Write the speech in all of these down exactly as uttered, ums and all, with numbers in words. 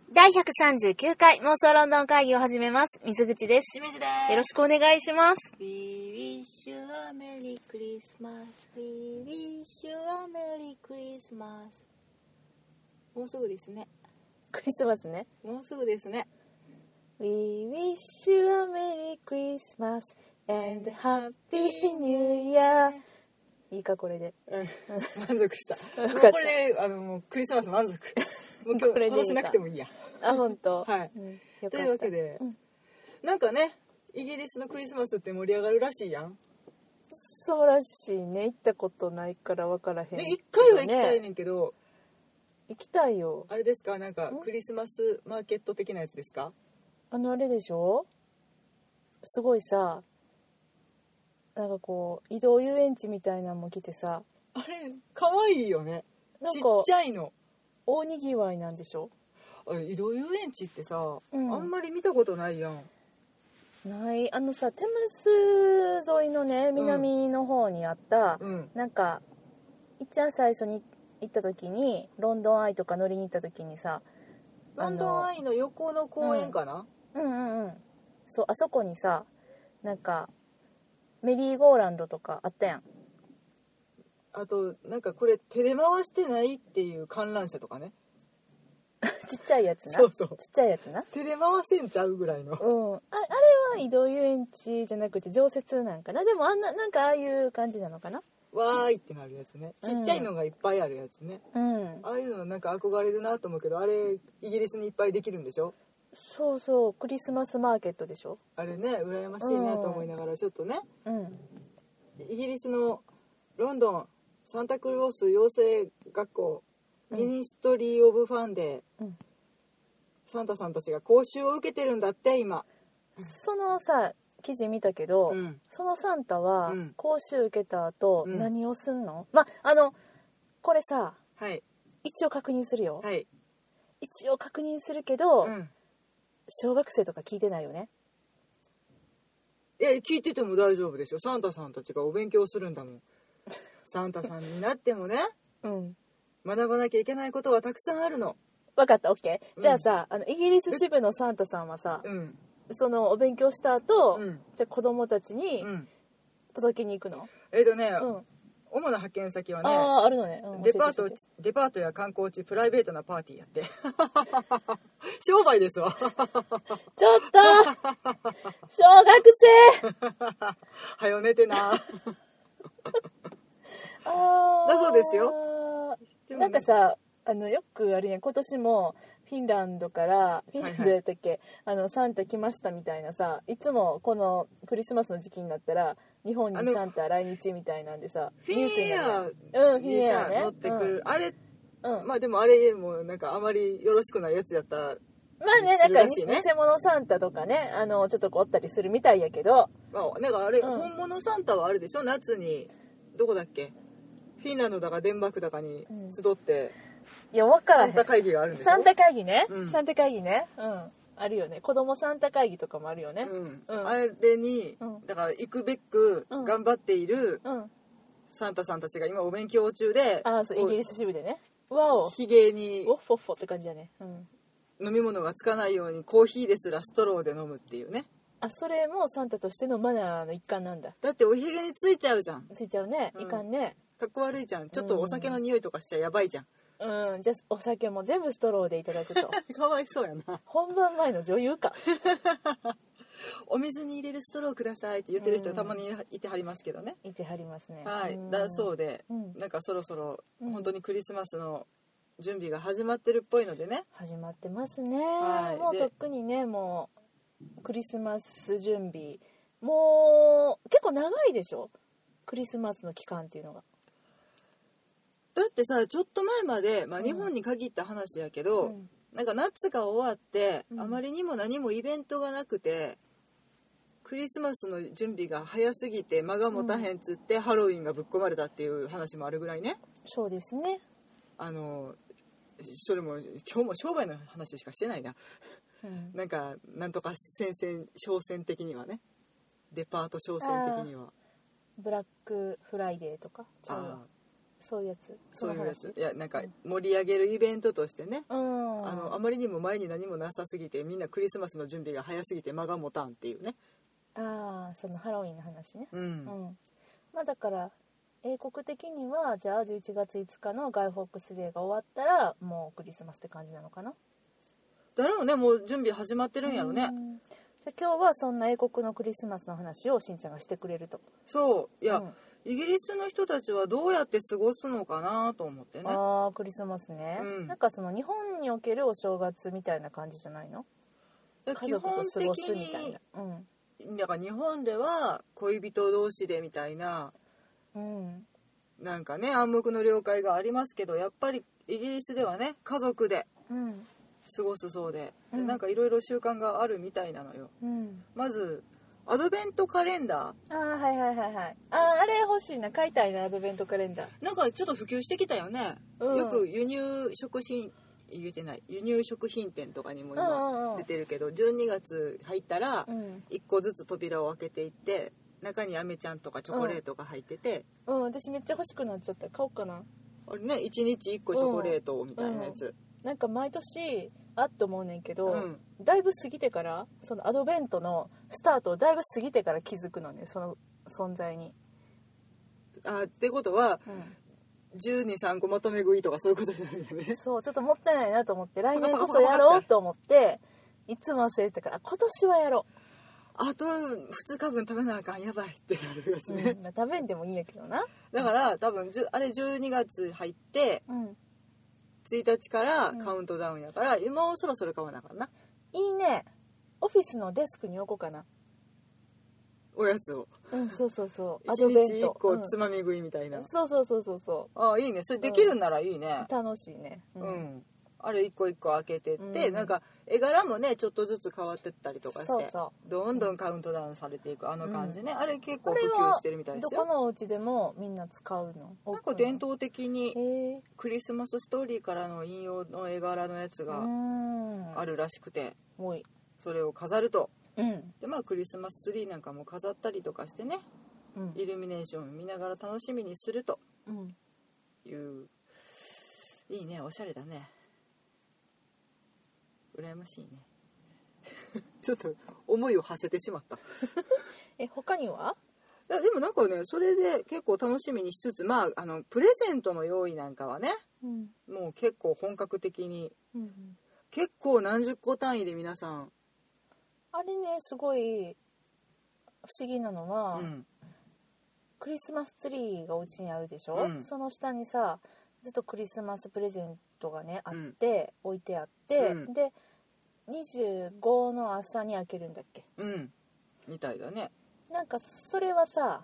だいひゃくさんじゅうきゅうかい妄想ロンドン会議を始めます。水口です。 清水です。 よろしくお願いします。 We wish you a Merry Christmas We wish you a Merry Christmas もうすぐですね。 クリスマスね。 もうすぐですね。 We wish you a Merry Christmas and Happy New Year。 いいかこれで、 うん、満足したよかった。 これであのもうクリスマス満足もう今日これでいいか今年なくてもいいや。 あ、本当。 はい、 うん、よかった。 というわけで、うん、なんかねイギリスのクリスマスって盛り上がるらしいやん。 そうらしいね。行ったことないから分からへん、 ね、一回は行きたいねんけど。 行きたいよ。 あれですか、なんかクリスマスマーケット的なやつですか。 あのあれでしょ、すごいさ、なんかこう移動遊園地みたいなのも来てさ、 あれ可愛いよね。ちっちゃいの大にぎわいなんでしょ。 あれ移動遊園地ってさ、うん、あんまり見たことないやん。 ない。あのさ、テムス沿いのね南の方にあった、うん、なんかいっちゃん最初に行った時にロンドンアイとか乗りに行った時にさ、 ロンドンアイの横の公園かな、 うん、うんうんうん、そう、あそこにさ、なんかメリーゴーランドとかあったやん。 あとなんかこれ手で回してないっていう観覧車とかねちっちゃいやつな。 そうそう、 ちっちゃいやつな。 手で回せんちゃうぐらいの。 うん。あ、あれは移動遊園地じゃなくて常設なんかな。でもあんな、なんかああいう感じなのかな。 わーいってなるやつね。ちっちゃいのがいっぱいあるやつね。うん。ああいうのなんか憧れるなと思うけど、あれイギリスにいっぱいできるんでしょ。 そうそう、クリスマスマーケットでしょ。あれね、羨ましいなと思いながらちょっとね。うん。イギリスのロンドンサンタクロース養成学校、うん、ミニストリー・オブ・ファンで、うん、サンタさんたちが講習を受けてるんだって今。 そのさ記事見たけど、うん、そのサンタは講習受けた後、うん、何をすんの？まあのこれさ、はい、一応確認するよ、はい、一応確認するけど、うん、小学生とか聞いてないよね。 いや聞いてても大丈夫でしょ。サンタさんたちがお勉強するんだもんサンタさんになってもね、うん、学ばなきゃいけないことはたくさんあるの。 分かった、 OK、うん、じゃあさ、あのイギリス支部のサンタさんはさ、うん、そのお勉強した後、うん、じゃあ子供たちに届けに行くの？ えっとね、うん、主な派遣先はね、 ああるのね、 うん、デパートデパートや観光地、プライベートなパーティーやって商売ですわちょっと小学生はよ寝てなあだそうですよ。 なんかさ、あのよくあるやん、今年もフィンランドからフィンランドやったっけ、はいはい、あのサンタ来ましたみたいなさ、いつもこのクリスマスの時期になったら日本にサンタ来日みたいなんでさ、 フィンエアうんフィンエアね乗ってくる、うん、あれ、うん、まあでもあれもなんかあまりよろしくないやつやったら、 まあね、なんか偽物サンタとかね、あのちょっとこうおったりするみたいやけど、 まあなんかあれ、うん、本物サンタはあれでしょ、夏にどこだっけ、フィンランドだかデンマークだかに集って、 うん、いや分からへん、 サンタ会議があるんでしょ。 サンタ会議ね、うん、サンタ会議ね、うんあるよね。子供サンタ会議とかもあるよね。 うんうん、あれに、うん、だから行くべく頑張っているサンタさんたちが今お勉強中で、 ああそう、イギリス支部でね。わお。 ひげにウォッフォッフォって感じだね。うん、 飲み物がつかないようにコーヒーですらストローで飲むっていうね。 あ、それもサンタとしてのマナーの一環なんだ。 だっておひげについちゃうじゃん。 ついちゃうね。いかんね。 かっこ悪いじゃん。ちょっとお酒の匂いとかしちゃやばいじゃん。 うん、じゃあお酒も全部ストローでいただくとかわいそうやな。 本番前の女優かお水に入れるストローくださいって言ってる人たまにいてはりますけどね。 いてはりますね。 はい、だそうで、うん、なんかそろそろ本当にクリスマスの準備が始まってるっぽいのでね。 始まってますね、はい、もうとっくにね、もうクリスマス準備もう結構長いでしょ、クリスマスの期間っていうのが。 だってさ、ちょっと前まで、まあ、日本に限った話やけど、うん、なんか夏が終わって、うん、あまりにも何もイベントがなくてクリスマスの準備が早すぎて間が持たへんっつって、うん、ハロウィンがぶっ込まれたっていう話もあるぐらいね。 そうですね。 あのそれも今日も商売の話しかしてないな、うん、なんかなんとか戦線商戦的にはね、デパート商戦的にはブラックフライデーとか、 あそういうやつ。 そういうやつ。いやなんか盛り上げるイベントとしてね、うん、あのあまりにも前に何もなさすぎてみんなクリスマスの準備が早すぎて間が持たんっていうね。 ああ、そのハロウィンの話ね。うん、うん、まあだから英国的にはじゃあじゅういちがついつかのガイ・フォックスデーが終わったらもうクリスマスって感じなのかな。 だろうね、もう準備始まってるんやろね。 じゃあ今日はそんな英国のクリスマスの話をしんちゃんがしてくれると。 そういや、うん、イギリスの人たちはどうやって過ごすのかなと思ってね。 ああ、クリスマスね、うん、なんかその日本におけるお正月みたいな感じじゃないの？家族と過ごすみたいな。 うん、だから日本では恋人同士でみたいな、うん、なんかね暗黙の了解がありますけど、やっぱりイギリスではね家族で過ごすそうで、うん、でなんかいろいろ習慣があるみたいなのよ、うん、まずアドベントカレンダー。ああ、はいはいはいはい。ああ、あれ欲しいな、買いたいな、アドベントカレンダー。 なんかちょっと普及してきたよね、うん、よく輸入食品言えてない輸入食品店とかにも今出てるけど、うんうんうん、じゅうにがつ入ったらいっこずつ扉を開けていって中にアメちゃんとかチョコレートが入ってて、 うん、うん、私めっちゃ欲しくなっちゃった。買おうかな。 あれね、いちにちいっこチョコレートみたいなやつ、 うんうん、なんか毎年あっと思うねんけど、うん、だいぶ過ぎてからそのアドベントのスタートをだいぶ過ぎてから気づくのね、その存在に。 あってことは、うん、じゅうに、さんこまとめ食いとかそういうことになるよね。 そう、ちょっともったいないなと思って来年こそやろうと思っていつも忘れてたから、今年はやろう。 あとふつかぶん食べなあかん、やばいってなるやつね、 うん、食べんでもいいんやけどな。 だから多分あれじゅうにがつ入って、うんついたちからカウントダウンやから、うん、今をそろそろ買わなあかんな。 いいね。オフィスのデスクに置こうかな、 おやつを。 うん、そうそうそう。 いちにちいっこつまみ食いみたいな、うん、 そうそうそうそうそう。 ああいいね、それできるんならいいね、 うん、楽しいね、 うん、うん、あれ一個一個開けてって、うん、なんか絵柄もねちょっとずつ変わってったりとかして、そうそうどんどんカウントダウンされていくあの感じね、うん、あれ結構普及してるみたいですよ。 どこのお家でもみんな使うの？ なんか伝統的にクリスマスストーリーからの引用の絵柄のやつがあるらしくて、それを飾ると、うん、でまあクリスマスツリーなんかも飾ったりとかしてね、うん、イルミネーション見ながら楽しみにするという、うん、いいね、おしゃれだね、羨ましいねちょっと思いを馳せてしまったえ他には？ いやでもなんかねそれで結構楽しみにしつつ、まああのプレゼントの用意なんかはね、うん、もう結構本格的に、うんうん、結構何十個単位で皆さんあれねすごい不思議なのは、うん、クリスマスツリーがお家にあるでしょ、うん、その下にさずっとクリスマスプレゼントがねあって、うん、置いてあって、うん、でにじゅうごの朝に開けるんだっけ、 うんみたいだね。 なんかそれはさ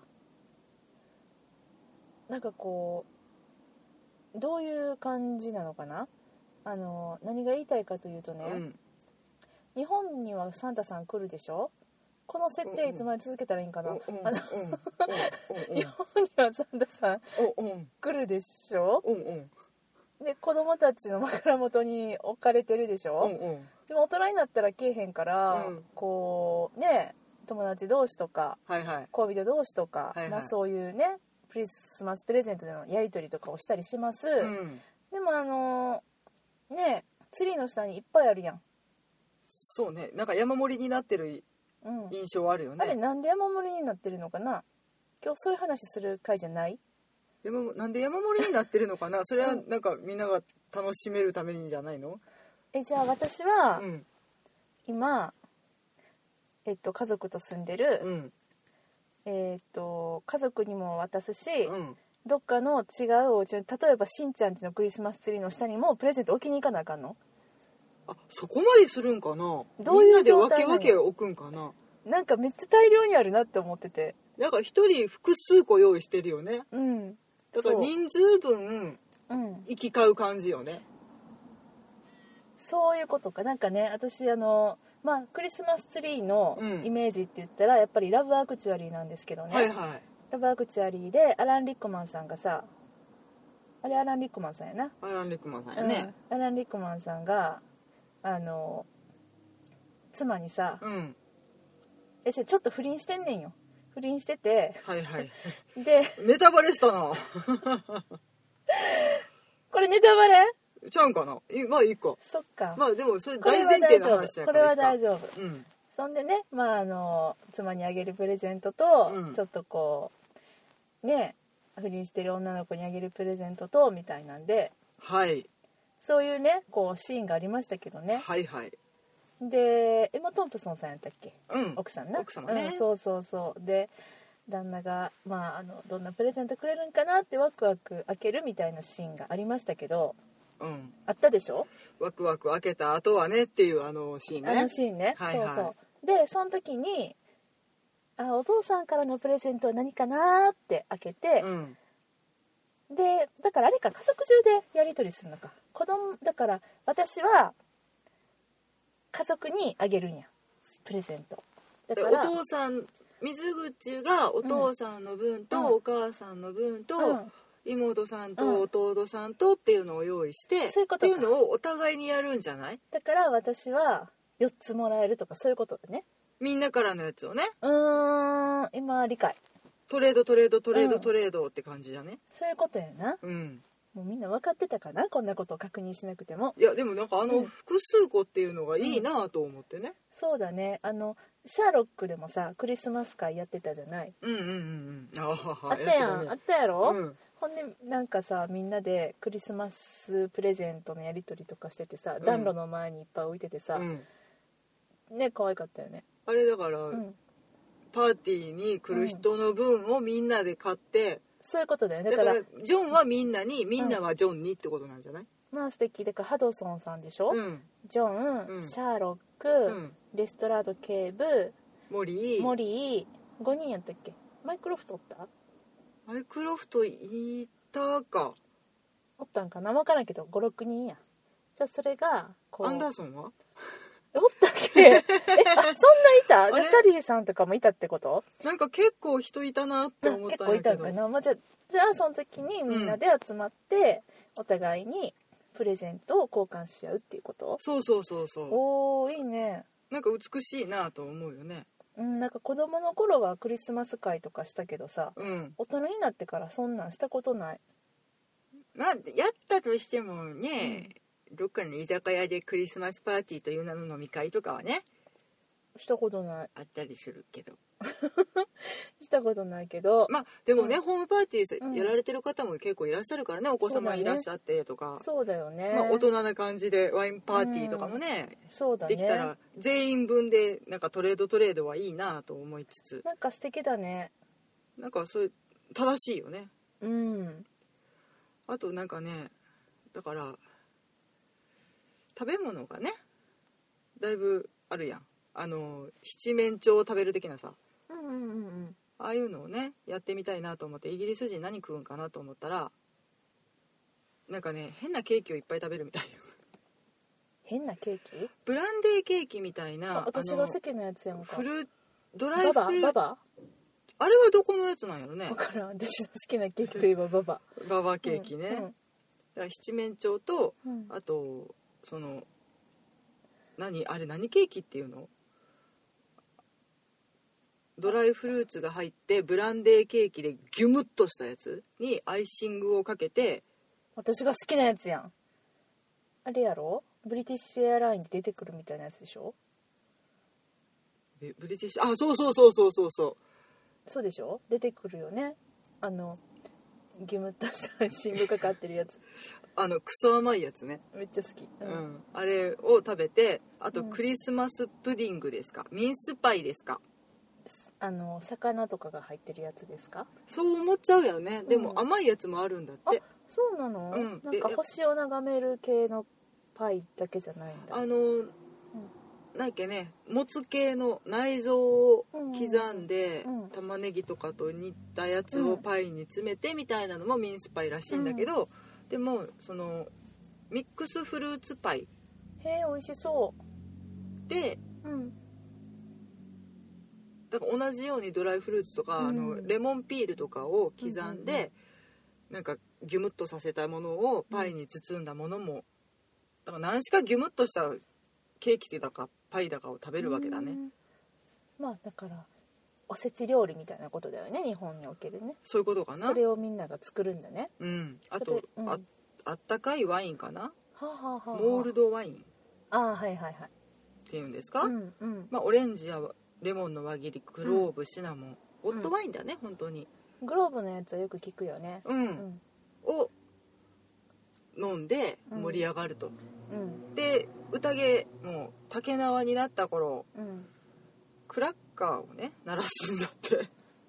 なんかこうどういう感じなのかな。あの何が言いたいかというとね、うん、日本にはサンタさん来るでしょ。この設定いつまで続けたらいいんかな。日本にはサンタさん来るでしょ。で子供たちの枕元に置かれてるでしょ。でも大人になったら来えへんから、うん、こうね友達同士とか、はいはい、恋人同士とか、はいはい、まあ、そういうねクリスマスプレゼントでのやり取りとかをしたりします、うん、でもあのねツリーの下にいっぱいあるやん。 そうね、なんか山盛りになってる印象あるよね、 うん、あれなんで山盛りになってるのかな。今日そういう話する回じゃない。 山なんで山盛りになってるのかなそれはなんかみんなが楽しめるためにじゃないの。 えじゃあ私は、うん、今えっと家族と住んでる、うん、えっと家族にも渡すし、うん、どっかの違うお家に例えばしんちゃんちのクリスマスツリーの下にもプレゼント置きに行かなあかんの。 あそこまでするんかな。どういう状態なの。みんなで分け分け置くんかな。 なんかめっちゃ大量にあるなって思ってて。 なんか一人複数個用意してるよね。うん。だから人数分行き交う感じよね。 そういうことか。なんかね私あのまあクリスマスツリーのイメージって言ったら、うん、やっぱりラブアクチュアリーなんですけどね、はいはい、ラブアクチュアリーでアラン・リックマンさんがさあれアラン・リックマンさんやな。 アラン・リックマンさんやね、 うん、アラン・リックマンさんがあの妻にさ、うん、えちょっと不倫してんねんよ。不倫してて、はいはい、 でネタバレしたなこれネタバレちゃうんかな。まあいいか。 そっか。 まあでもそれ大前提の話やから。 これは大丈夫。 うん。 そんでね、まああの妻にあげるプレゼントと、うん、ちょっとこうね、不倫してる女の子にあげるプレゼントとみたいなんで、 はい。 そういうね、こうシーンがありましたけどね。 はいはい。 で、エマ・トンプソンさんやったっけ？ うん。 奥さんな。 奥様ね。 うん、そうそうそう。で、旦那がまああのどんなプレゼントくれるんかなってワクワク開けるみたいなシーンがありましたけど。うん、あったでしょ。 ワクワク開けた後はねっていうあのシーンね。 あのシーンね、はいはい、そうそうでその時にあお父さんからのプレゼントは何かなって開けて、うん、でだからあれか家族中でやり取りするのか子供だから私は家族にあげるんやプレゼントだからお父さん水口がお父さんの分と、うん、お母さんの分と、うん妹さんと弟さんとっていうのを用意して、うん、そういうことかっていうのをお互いにやるんじゃない？ だから私はよっつもらえるとかそういうことだね。 みんなからのやつをね。 うーん今理解。 トレードトレードトレードトレードって感じだね、うん、 そういうことやな。うんもうみんな分かってたかなこんなことを確認しなくても。 いやでもなんかあの複数個っていうのがいいなと思ってね、うん、 そうだねあのシャーロックでもさクリスマス会やってたじゃない。 うんうんうんうんああったやん、ね、あったやろ、うんほんでなんかさみんなでクリスマスプレゼントのやり取りとかしててさ、うん、暖炉の前にいっぱい置いててさ、うん、ね可愛かったよね。 あれだから、うん、パーティーに来る人の分をみんなで買って、うん、 そういうことだよね。 だからジョンはみんなにみんなはジョンにってことなんじゃない、 うん、まあ素敵だからハドソンさんでしょ、うん、ジョン、うん、シャーロック、うん、レストラード警部モリーモリーごにんやったっけ。マイクロフトおったマイクロフトいたかおったんかな分からんけどごろくにんや。じゃあそれがこうアンダーソンはおったっけえあそんないたじゃあサリーさんとかもいたってこと？ なんか結構人いたなって思ったんやけど。結構いたんかな、まあ、じゃあ、 じゃあその時にみんなで集まって、うん、お互いにプレゼントを交換し合うっていうこと？ そうそうそうそう。 おーいいね。 なんか美しいなと思うよね。 うん、なんか子供の頃はクリスマス会とかしたけどさ、うん、大人になってからそんなんしたことない。 まあやったとしてもね、うん、どっかの居酒屋でクリスマスパーティーという名の飲み会とかはねしたことない。 あったりするけどしたことないけどまあでもね、うん、ホームパーティーやられてる方も結構いらっしゃるからね、お子様いらっしゃってとかそうだよね、 まあ、大人な感じでワインパーティーとかもね、 うん、そうだね、 できたら全員分でなんかトレードトレードはいいなと思いつつなんか素敵だね。 なんかそれ正しいよね。 うんあとなんかねだから食べ物がねだいぶあるやん。あの七面鳥を食べる的なさ、 うんうんうんうん、 ああいうのをねやってみたいなと思ってイギリス人何食うんかなと思ったらなんかね変なケーキをいっぱい食べるみたいよ。 変なケーキ？ ブランデーケーキみたいな。 あ私が好きなやつやんか。 フルドライフルババ？ババ？ あれはどこのやつなんやろね。 分からん。私の好きなケーキといえばババ。 ババケーキね。うんうん、だから七面鳥と、うん、あとその何あれ何ケーキっていうの？ドライフルーツが入ってブランデーケーキでギュムッとしたやつにアイシングをかけて。 私が好きなやつやん。あれやろ？ブリティッシュエアラインで出てくるみたいなやつでしょ？ えブリティッシュあそうそうそうそうそうそうそうでしょ？出てくるよね。あのギュムッとしたアイシングかかってるやつあのクソ甘いやつね。 めっちゃ好き、 うんうん、あれを食べてあとクリスマスプディングですか、うん、ミンスパイですか。 あの魚とかが入ってるやつですか。 そう思っちゃうよね。でも甘いやつもあるんだって、うん、 あそうなの、うん、なんか星を眺める系のパイだけじゃないんだ。 あの、うん、なんかねもつ系の内臓を刻んで、うんうん、玉ねぎとかと煮たやつをパイに詰めてみたいなのもミンスパイらしいんだけど、うん、でもそのミックスフルーツパイへえ美味しそうで、うんだから同じようにドライフルーツとか、うん、あのレモンピールとかを刻んで、うんうんうん、なんかギュムッとさせたものをパイに包んだものも、うん、だから何しかギュムッとしたケーキだかパイだかを食べるわけだね。 まあだからおせち料理みたいなことだよね日本におけるね。 そういうことかな。 それをみんなが作るんだね。 うん。あと、うん、ああったかいワインかな、 はあはあはあ、 モールドワインああはいはいはいっていうんですか、 うんうん、 まあ、オレンジやレモンの輪切り、クローブ、シナモン、ホットワインだね、うん、本当にグローブのやつはよく聞くよね、 うん、うん、を飲んで盛り上がると、うん、で宴もう竹縄になった頃、うん、クラッカーをね鳴らすんだって。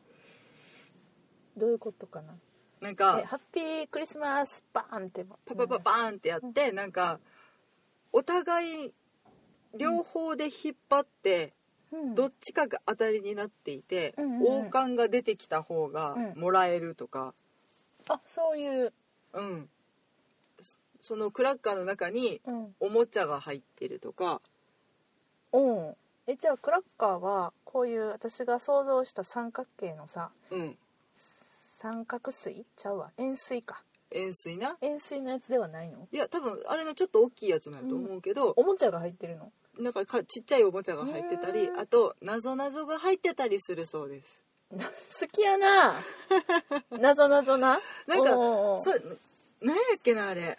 どういうことかな。 なんかハッピークリスマスバーンってパパパパーンってやって、うん、なんかお互い両方で引っ張って、うん、どっちかが当たりになっていて、うんうんうん、王冠が出てきた方がもらえるとか、 うん、あそういう、 うん、そのクラッカーの中におもちゃが入ってるとか、 うん、えじゃあクラッカーはこういう私が想像した三角形のさ、うん、三角錐ちゃうわ円錐か円錐な円錐のやつではないの。 いや多分あれのちょっと大きいやつなんと思うけど、 うん、おもちゃが入ってるの。 なんかかちっちゃいおもちゃが入ってたり、あとなぞなぞが入ってたりするそうです。 好きやななぞなぞな。 なんかそれ何やっけなあれ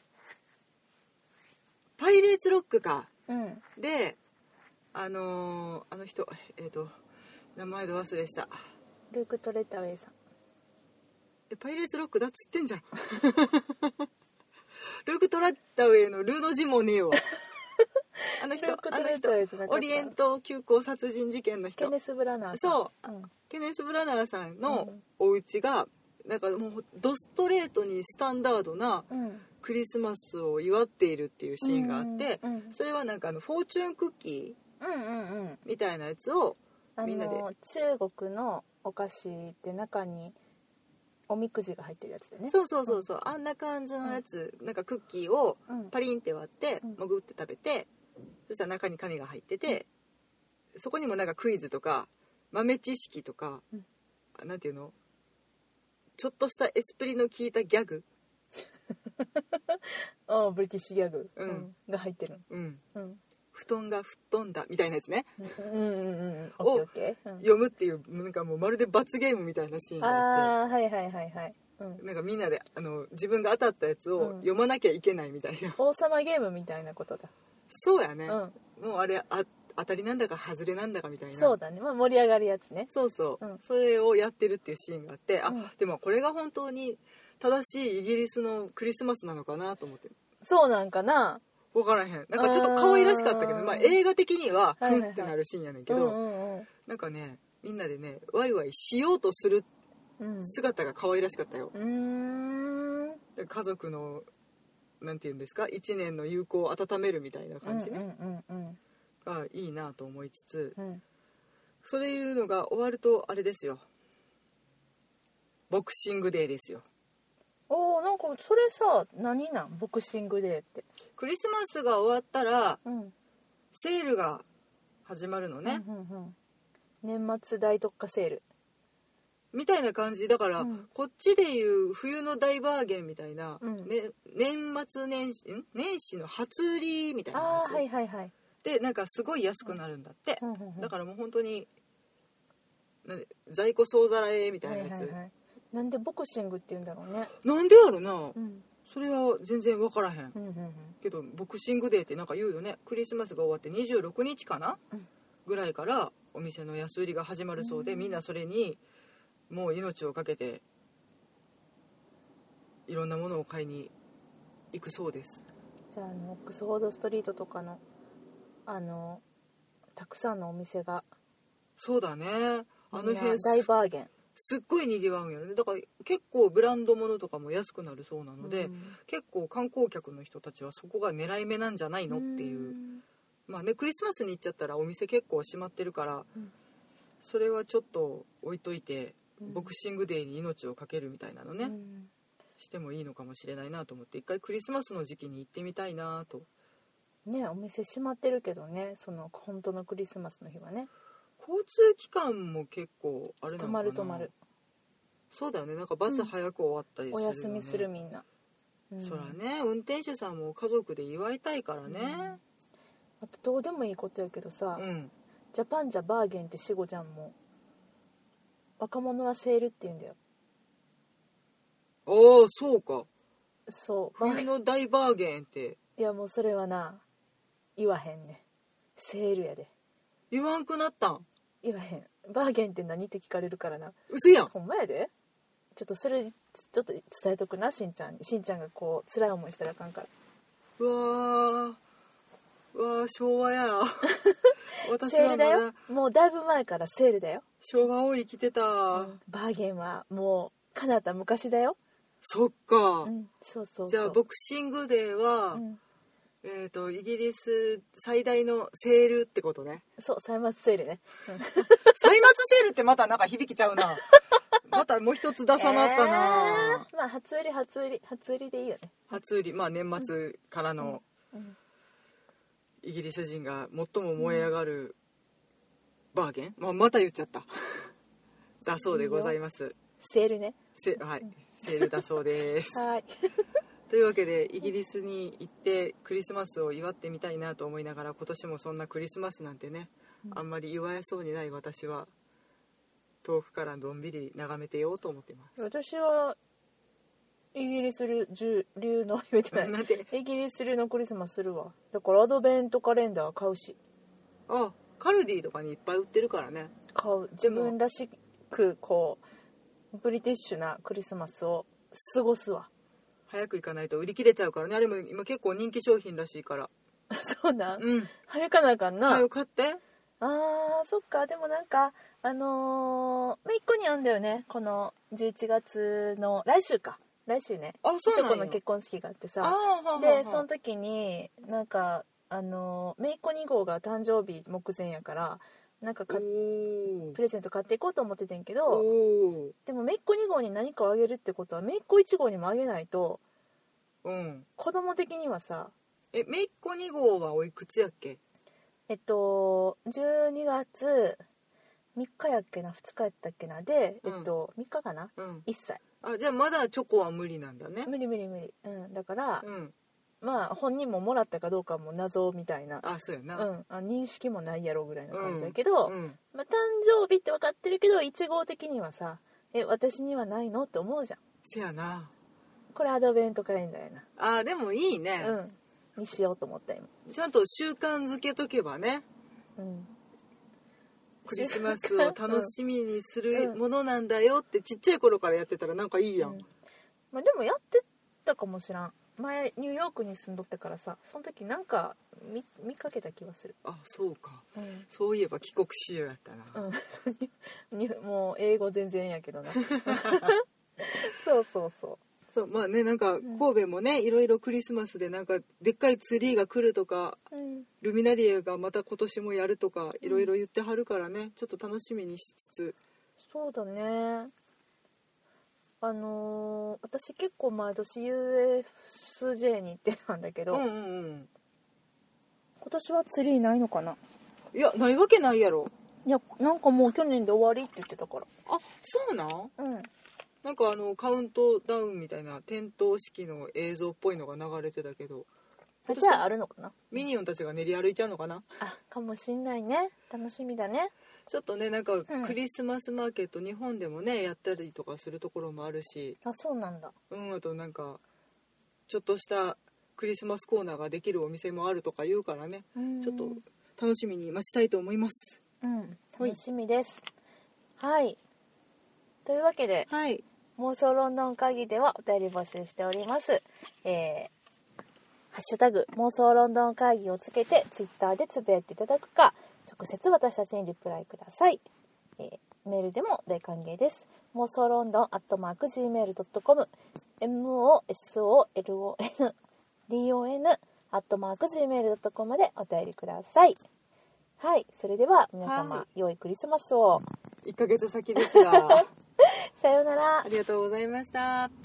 パイレーツロックか、うん、であのー、あの人えっ、ー、と名前ど忘れした。 ルーク・トレタウェイさん。 えパイレーツロックだっつってんじゃんルーク・トレタウェイのルーの字もねえわあの人あの人オリエント急行殺人事件の人ケネス・ブラナーさん。そう、うん、ケネス・ブラナーさんのお家がなんかもうドストレートにスタンダードなクリスマスを祝っているっていうシーンがあって、うんうんうん、それはなんかあのフォーチュンクッキーみたいなやつをみんなで、 あの中国のお菓子って中におみくじが入ってるやつでね。 そうそうそうそう、うん、あんな感じのやつ、うん、なんかクッキーをパリンって割って、うん、もぐって食べて、そしたら中に紙が入ってて、うん、そこにもなんかクイズとか豆知識とか、うん、なんていうのちょっとしたエスプリの効いたギャグああブリティッシュギャグ、うん、が入ってる、 うんうん、布団が吹っ飛んだみたいなやつね、 うんうんうん、 を読むっていうなんかもうまるで罰ゲームみたいなシーンがあって、 あはいはいはいはい、 うん、なんかみんなであの自分が当たったやつを読まなきゃいけないみたいな、 うん、王様ゲームみたいなことだ。 そうやね、うん、もうあれあ当たりなんだか外れなんだかみたいな。 そうだね、まあ、盛り上がるやつね。 そうそう、うん、それをやってるっていうシーンがあって、あ、うん、でもこれが本当に正しいイギリスのクリスマスなのかなと思って。 そうなんかな分からへん。なんかちょっと可愛らしかったけど、まあ、映画的にはフンってなるシーンやねんけど、なんかねみんなでねワイワイしようとする姿が可愛らしかったよ、うん、家族のなんていうんですか一年の友好を温めるみたいな感じね、うんうんうんうん、がいいなと思いつつ、うん、そういうのが終わるとあれですよ、ボクシングデーですよ。 おー、なんかそれさ何なんボクシングデーって。 クリスマスが終わったら、うん、セールが始まるのね、うんうんうん、年末大特価セールみたいな感じだから、うん、こっちでいう冬の大バーゲンみたいな、うんね、年末年始ん年始の初売りみたいなやつ、 あ、はいはいはい、 でなんかすごい安くなるんだって、うんうんうんうん、だからもう本当に在庫総ざらえみたいなやつ、はいはいはい、 なんでボクシングって言うんだろうね。 なんでやろな、うん、それは全然分からへん、うんうんうん、けどボクシングデーってなんか言うよね。クリスマスが終わってにじゅうろくにちかな、うん、ぐらいからお店の安売りが始まるそうで、うん、みんなそれにもう命をかけていろんなものを買いに行くそうです。 じゃあ、あのオックスフォードストリートとかのあのたくさんのお店が、 そうだね、あの辺大バーゲンすっごい賑わうんやろね。だから結構ブランド物とかも安くなるそうなので、うん、結構観光客の人たちはそこが狙い目なんじゃないのっていう、うん、まあねクリスマスに行っちゃったらお店結構閉まってるから、うん、それはちょっと置いといて、うん、ボクシングデーに命をかけるみたいなのね、うん、してもいいのかもしれないなと思って、一回クリスマスの時期に行ってみたいなと。 ね、お店閉まってるけどね、その本当のクリスマスの日はね。 交通機関も結構あれなのかな。止まる止まる。 そうだよね、なんかバス早く終わったりするよね、 うん、お休みするみんな、 うん、そらね、運転手さんも家族で祝いたいからね、うん、あとどうでもいいことやけどさ、うん、ジャパンじゃバーゲンって死語じゃん。も若者はセールって言うんだよ。 ああそうか。 そう冬の大バーゲンって。 いやもうそれはな言わへんね。セールやで。 言わんくなったん？ 言わへん。バーゲンって何って聞かれるからな。 嘘やん。 ほんまやで。ちょっとそれちょっと伝えとくな、しんちゃんに。しんちゃんがこう辛い思いしたらあかんから。 うわーうわー昭和や私はまだセールだよ。もうだいぶ前からセールだよ。 昭和を生きてた、うん、 バーゲンはもうかなた昔だよ。 そっか、 うん、そうそうそう。 じゃあボクシングデーは、うん、えーとイギリス最大のセールってことね。 そう歳末セールね歳末セールってまたなんか響きちゃうなまたもう一つ出さなったな、 えー、まあ初売り初売り初売りでいいよね。 初売りまあ年末からの、うんうんイギリス人が最も燃え上がるバーゲン、まあ、また言っちゃっただそうでございます。いいセールね。 セ、はい、セールだそうですはいというわけでイギリスに行ってクリスマスを祝ってみたいなと思いながら、今年もそんなクリスマスなんてね、うん、あんまり祝えそうにない私は遠くからのんびり眺めてようと思ってます。 私はイギリス流の言えてないなんてイギリス流のクリスマスするわ。だからアドベントカレンダー買うし。 あ、カルディとかにいっぱい売ってるからね。 買う。自分らしくこうブリティッシュなクリスマスを過ごすわ。 早く行かないと売り切れちゃうからね。あれも今結構人気商品らしいからそうなん、 うん、 早かなあかんな。 早く買って。 あーそっか。でもなんかあのー、めいっ子に会うんだよね。このじゅういちがつの来週か来週ね。 あ、そうなんや。 いとこの結婚式があってさ。 あーでその時になんかあのめいっ子に号が誕生日目前やからなんかかプレゼント買っていこうと思っててんけど、でもめいっ子に号に何かをあげるってことはめいっ子いち号にもあげないと、 うん、 子供的にはさ。 えめいっ子に号はおいくつやっけ？ えっとじゅうにがつみっかやっけなふつかやったっけなで、うん、えっとみっかかな、うん、いっさい。 あ、じゃあまだチョコは無理なんだね。 無理無理無理、うん、だから、うん、まあ本人ももらったかどうかも謎みたいな。 あ、そうやな、 うん、あ認識もないやろぐらいな感じだけど、 うんうん、 まあ、誕生日って分かってるけどいち号的にはさえ私にはないのって思うじゃん。 せやな。 これアドベントカレンダーやな。 あ、でもいいね、 うんにしようと思った今。 ちゃんと習慣づけとけばね、うん、クリスマスを楽しみにするものなんだよってちっちゃい頃からやってたらなんかいいやん、うん、 まあ、でもやってたかもしらん。前ニューヨークに住んどってからさその時なんか 見, 見かけた気がする。 あ、そうか、うん、そういえば帰国子女やったな、 うん、もう英語全然やけどなそうそうそうそうまあね、なんか神戸もね、うん、いろいろクリスマスでなんかでっかいツリーが来るとか、うん、ルミナリエがまた今年もやるとかいろいろ言ってはるからね、ちょっと楽しみにしつつ。 そうだね。あのー、私結構毎年 ユーエスジェー に行ってたんだけど、うんうんうん、今年はツリーないのかな。 いやないわけないやろ。 いやなんかもう去年で終わりって言ってたから。 あ、そうなん？ うん。 なんかあのカウントダウンみたいな点灯式の映像っぽいのが流れてたけど、 じゃああるのかな。 ミニオンたちが練り歩いちゃうのかな。 あ、かもしんないね。楽しみだね。 ちょっとねなんかクリスマスマーケット、うん、日本でもねやったりとかするところもあるし。 あ、そうなんだ。 うん、あとなんかちょっとしたクリスマスコーナーができるお店もあるとか言うからね、ちょっと楽しみに待ちたいと思います。 うん、楽しみです。はい、というわけで、 はい、 妄想ロンドン会議ではお便り募集しております。えー、ハッシュタグ妄想ロンドン会議をつけてツイッターでつぶやいていただくか、直接私たちにリプライください。えー、メールでも大歓迎です。妄想ロンドンアットマーク ジーメールドットコム モソロンドン アットマーク ジーメールドットコム でお便りください。はい、それでは皆様、はい、良いクリスマスを。 いっかげつ先ですがさようなら。 ありがとうございました。